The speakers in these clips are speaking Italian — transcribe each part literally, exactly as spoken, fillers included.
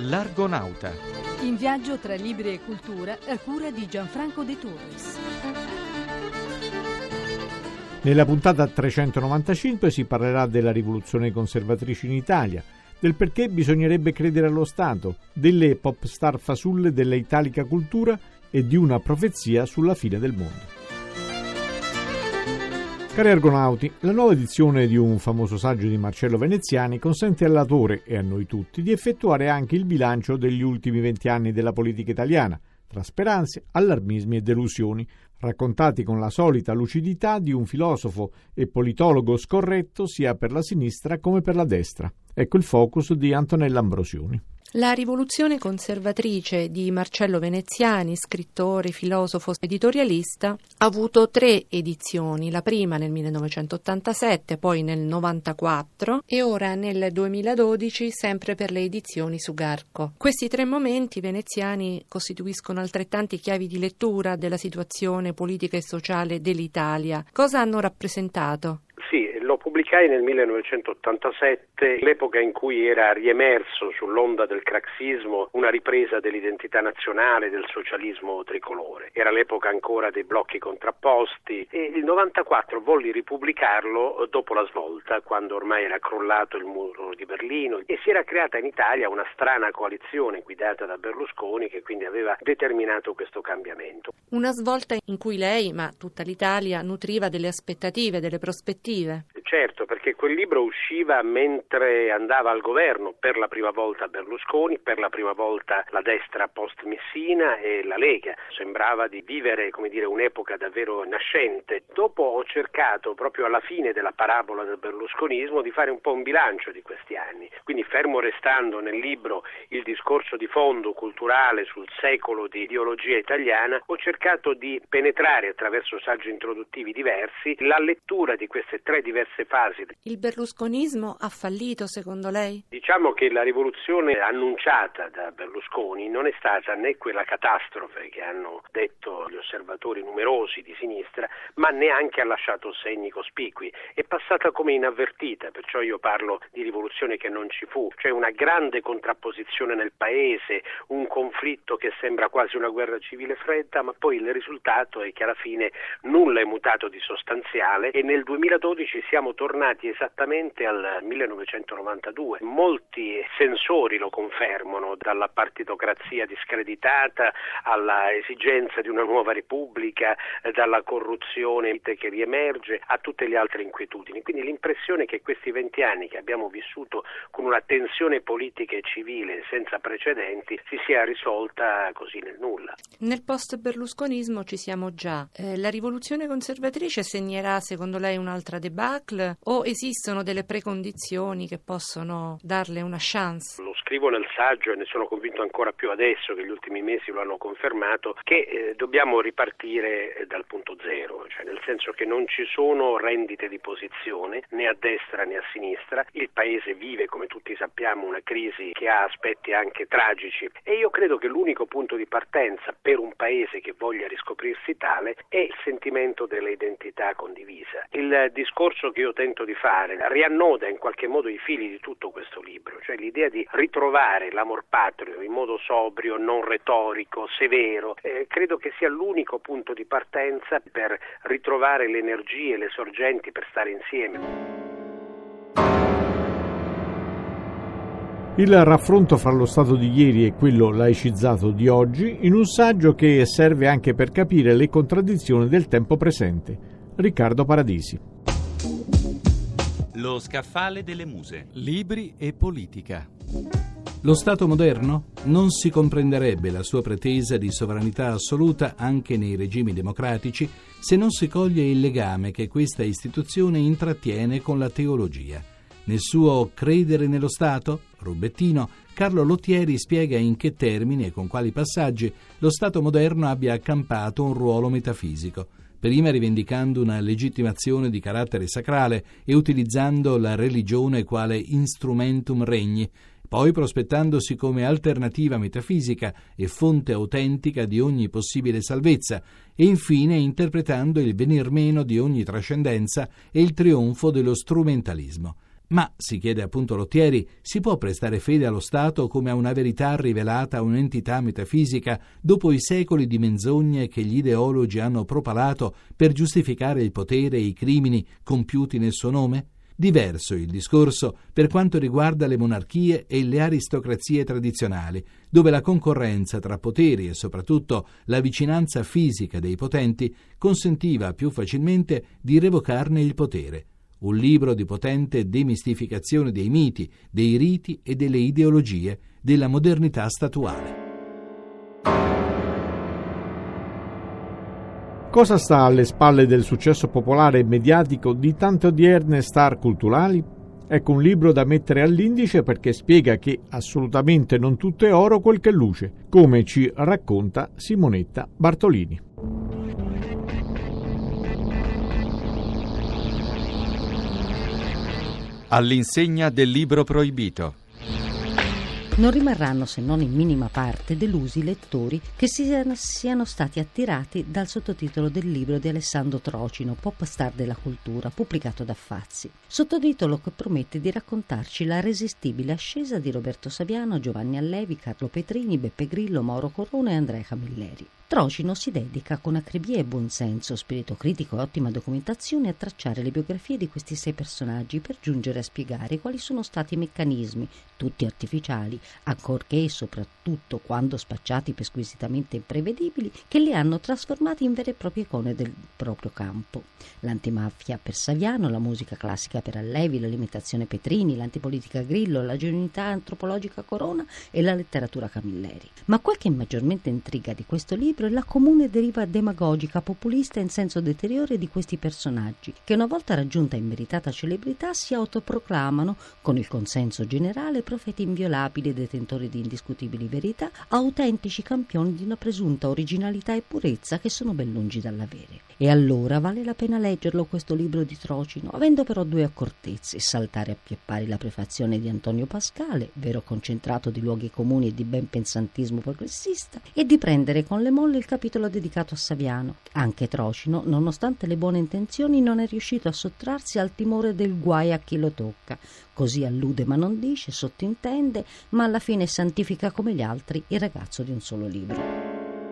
L'Argonauta. In viaggio tra libri e cultura a cura di Gianfranco De Torres. Nella puntata trecentonovantacinque si parlerà della rivoluzione conservatrice in Italia, del perché bisognerebbe credere allo Stato, delle pop star fasulle della italica cultura e di una profezia sulla fine del mondo. Cari argonauti, la nuova edizione di un famoso saggio di Marcello Veneziani consente all'autore e a noi tutti di effettuare anche il bilancio degli ultimi venti anni della politica italiana, tra speranze, allarmismi e delusioni, raccontati con la solita lucidità di un filosofo e politologo scorretto sia per la sinistra come per la destra. Ecco il focus di Antonella Ambrosioni. La rivoluzione conservatrice di Marcello Veneziani, scrittore, filosofo, editorialista, ha avuto tre edizioni, la prima nel millenovecentottantasette, poi nel novantaquattro e ora nel duemiladodici sempre per le edizioni Sugarco. Questi tre momenti veneziani costituiscono altrettanti chiavi di lettura della situazione politica e sociale dell'Italia. Cosa hanno rappresentato? Sì, lo pubblicai nel millenovecentottantasette, l'epoca in cui era riemerso sull'onda del craxismo una ripresa dell'identità nazionale, del socialismo tricolore. Era l'epoca ancora dei blocchi contrapposti e il novantaquattro volli ripubblicarlo dopo la svolta, quando ormai era crollato il muro di Berlino e si era creata in Italia una strana coalizione guidata da Berlusconi che quindi aveva determinato questo cambiamento. Una svolta in cui lei, ma tutta l'Italia, nutriva delle aspettative, delle prospettive. Certo, perché quel libro usciva mentre andava al governo per la prima volta Berlusconi, per la prima volta la destra post-Messina e la Lega. Sembrava di vivere, come dire, un'epoca davvero nascente. Dopo ho cercato, proprio alla fine della parabola del berlusconismo, di fare un po' un bilancio di questi anni. Quindi, fermo restando nel libro il discorso di fondo culturale sul secolo di ideologia italiana, ho cercato di penetrare attraverso saggi introduttivi diversi la lettura di queste tre diverse fasi. Il berlusconismo ha fallito, secondo lei? Diciamo che la rivoluzione annunciata da Berlusconi non è stata né quella catastrofe che hanno detto gli osservatori numerosi di sinistra, ma neanche ha lasciato segni cospicui. È passata come inavvertita, perciò io parlo di rivoluzione che non ci fu, cioè una grande contrapposizione nel paese, un conflitto che sembra quasi una guerra civile fredda, ma poi il risultato è che alla fine nulla è mutato di sostanziale e nel duemiladodici siamo tornati esattamente al millenovecentonovantadue. Molti sensori lo confermano, dalla partitocrazia discreditata alla esigenza di una nuova repubblica, dalla corruzione che riemerge a tutte le altre inquietudini. Quindi l'impressione è che questi venti anni che abbiamo vissuto con una tensione politica e civile senza precedenti si sia risolta così nel nulla. Nel post-berlusconismo ci siamo già. Eh, la rivoluzione conservatrice segnerà, secondo lei, un'altra debacle o esistono delle precondizioni che possono darle una chance? Lo scrivo nel saggio e ne sono convinto ancora più adesso che gli ultimi mesi lo hanno confermato, che eh, dobbiamo ripartire eh, dal punto zero, cioè nel senso che non ci sono rendite di posizione né a destra né a sinistra. Il paese vive, come tutti sappiamo, una crisi che ha aspetti anche tragici e io credo che l'unico punto di partenza per un paese che voglia riscoprirsi tale è il sentimento dell'identità condivisa. Il discorso che io tento di fare riannoda in qualche modo i fili di tutto questo libro, cioè l'idea di ritrovare l'amor patrio in modo sobrio, non retorico, severo. Eh, credo che sia l'unico punto di partenza per ritrovare le energie, le sorgenti per stare insieme. Il raffronto fra lo Stato di ieri e quello laicizzato di oggi in un saggio che serve anche per capire le contraddizioni del tempo presente. Riccardo Paradisi. Lo scaffale delle muse. Libri e politica. Lo Stato moderno non si comprenderebbe la sua pretesa di sovranità assoluta anche nei regimi democratici se non si coglie il legame che questa istituzione intrattiene con la teologia. Nel suo Credere nello Stato, Rubettino, Carlo Lottieri spiega in che termini e con quali passaggi lo Stato moderno abbia accampato un ruolo metafisico, prima rivendicando una legittimazione di carattere sacrale e utilizzando la religione quale instrumentum regni, poi prospettandosi come alternativa metafisica e fonte autentica di ogni possibile salvezza, e infine interpretando il venir meno di ogni trascendenza e il trionfo dello strumentalismo. Ma, si chiede appunto Lottieri, si può prestare fede allo Stato come a una verità rivelata a un'entità metafisica dopo i secoli di menzogne che gli ideologi hanno propalato per giustificare il potere e i crimini compiuti nel suo nome? Diverso il discorso per quanto riguarda le monarchie e le aristocrazie tradizionali, dove la concorrenza tra poteri e soprattutto la vicinanza fisica dei potenti consentiva più facilmente di revocarne il potere. Un libro di potente demistificazione dei miti, dei riti e delle ideologie della modernità statuale. Cosa sta alle spalle del successo popolare e mediatico di tante odierne star culturali? Ecco un libro da mettere all'indice perché spiega che assolutamente non tutto è oro quel che luce, come ci racconta Simonetta Bartolini. All'insegna del libro proibito. Non rimarranno, se non in minima parte, delusi lettori che siano, siano stati attirati dal sottotitolo del libro di Alessandro Trocino, Pop Star della cultura, pubblicato da Fazzi. Sottotitolo che promette di raccontarci la resistibile ascesa di Roberto Saviano, Giovanni Allevi, Carlo Petrini, Beppe Grillo, Mauro Corona e Andrea Camilleri. Trocino si dedica con acribia e buonsenso, spirito critico e ottima documentazione a tracciare le biografie di questi sei personaggi per giungere a spiegare quali sono stati i meccanismi, tutti artificiali, ancorché e soprattutto quando spacciati per squisitamente imprevedibili, che li hanno trasformati in vere e proprie icone del proprio campo. L'antimafia per Saviano, la musica classica per Allevi, l'alimentazione Petrini, l'antipolitica Grillo, la genuinità antropologica Corona e la letteratura Camilleri. Ma quel che maggiormente intriga di questo libro è la comune deriva demagogica, populista in senso deteriore di questi personaggi, che una volta raggiunta immeritata celebrità si autoproclamano, con il consenso generale, profeti inviolabili, detentori di indiscutibili verità, autentici campioni di una presunta originalità e purezza che sono ben lungi dall'avere. E allora vale la pena leggerlo questo libro di Trocino, avendo però due accortezze: saltare a pie pari la prefazione di Antonio Pascale, vero concentrato di luoghi comuni e di ben pensantismo progressista, e di prendere con le molle il capitolo dedicato a Saviano. Anche Trocino, nonostante le buone intenzioni, non è riuscito a sottrarsi al timore del guai a chi lo tocca. Così allude ma non dice, sottintende, ma alla fine santifica come gli altri il ragazzo di un solo libro.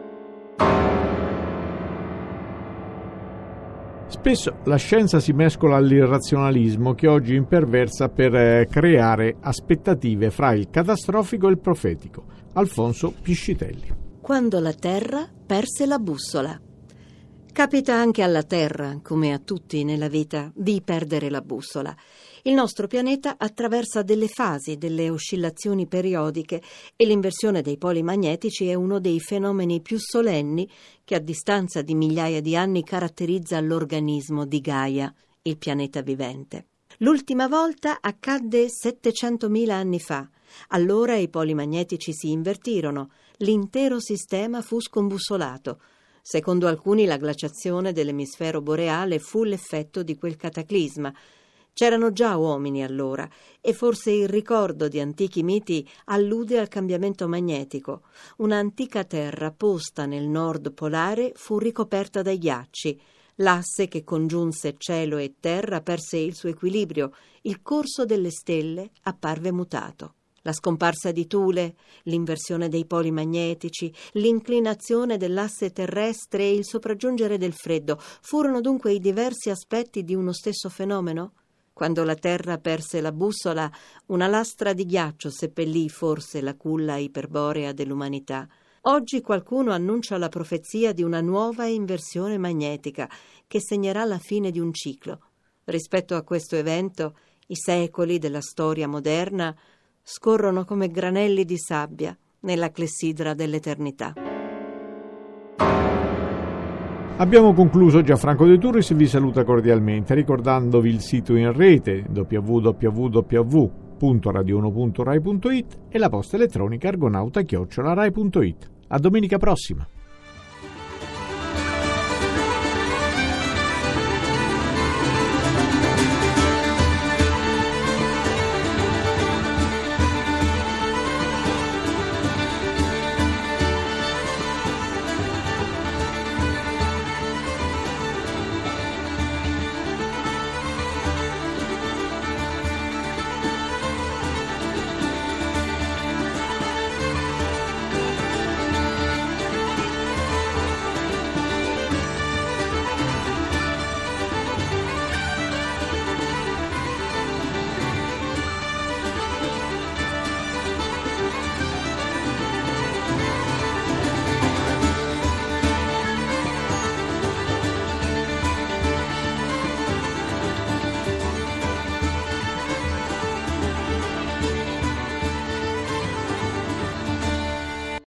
Spesso la scienza si mescola all'irrazionalismo che oggi imperversa per creare aspettative fra il catastrofico e il profetico. Alfonso Piscitelli. Quando la Terra perse la bussola. Capita anche alla Terra, come a tutti nella vita, di perdere la bussola. Il nostro pianeta attraversa delle fasi, delle oscillazioni periodiche e l'inversione dei poli magnetici è uno dei fenomeni più solenni che a distanza di migliaia di anni caratterizza l'organismo di Gaia, il pianeta vivente. L'ultima volta accadde settecentomila anni fa. Allora i poli magnetici si invertirono, l'intero sistema fu scombussolato. Secondo alcuni la glaciazione dell'emisfero boreale fu l'effetto di quel cataclisma. C'erano già uomini allora e forse il ricordo di antichi miti allude al cambiamento magnetico. Un'antica terra posta nel nord polare fu ricoperta dai ghiacci. L'asse che congiunse cielo e terra perse il suo equilibrio, il corso delle stelle apparve mutato. La scomparsa di Thule, l'inversione dei poli magnetici, l'inclinazione dell'asse terrestre e il sopraggiungere del freddo furono dunque i diversi aspetti di uno stesso fenomeno? Quando la Terra perse la bussola, una lastra di ghiaccio seppellì forse la culla iperborea dell'umanità. Oggi qualcuno annuncia la profezia di una nuova inversione magnetica che segnerà la fine di un ciclo. Rispetto a questo evento, i secoli della storia moderna scorrono come granelli di sabbia nella clessidra dell'eternità. Abbiamo concluso. Gianfranco De Turris vi saluta cordialmente, ricordandovi il sito in rete w w w punto radio uno punto rai punto it e la posta elettronica argonauta chiocciola rai punto it. A domenica prossima.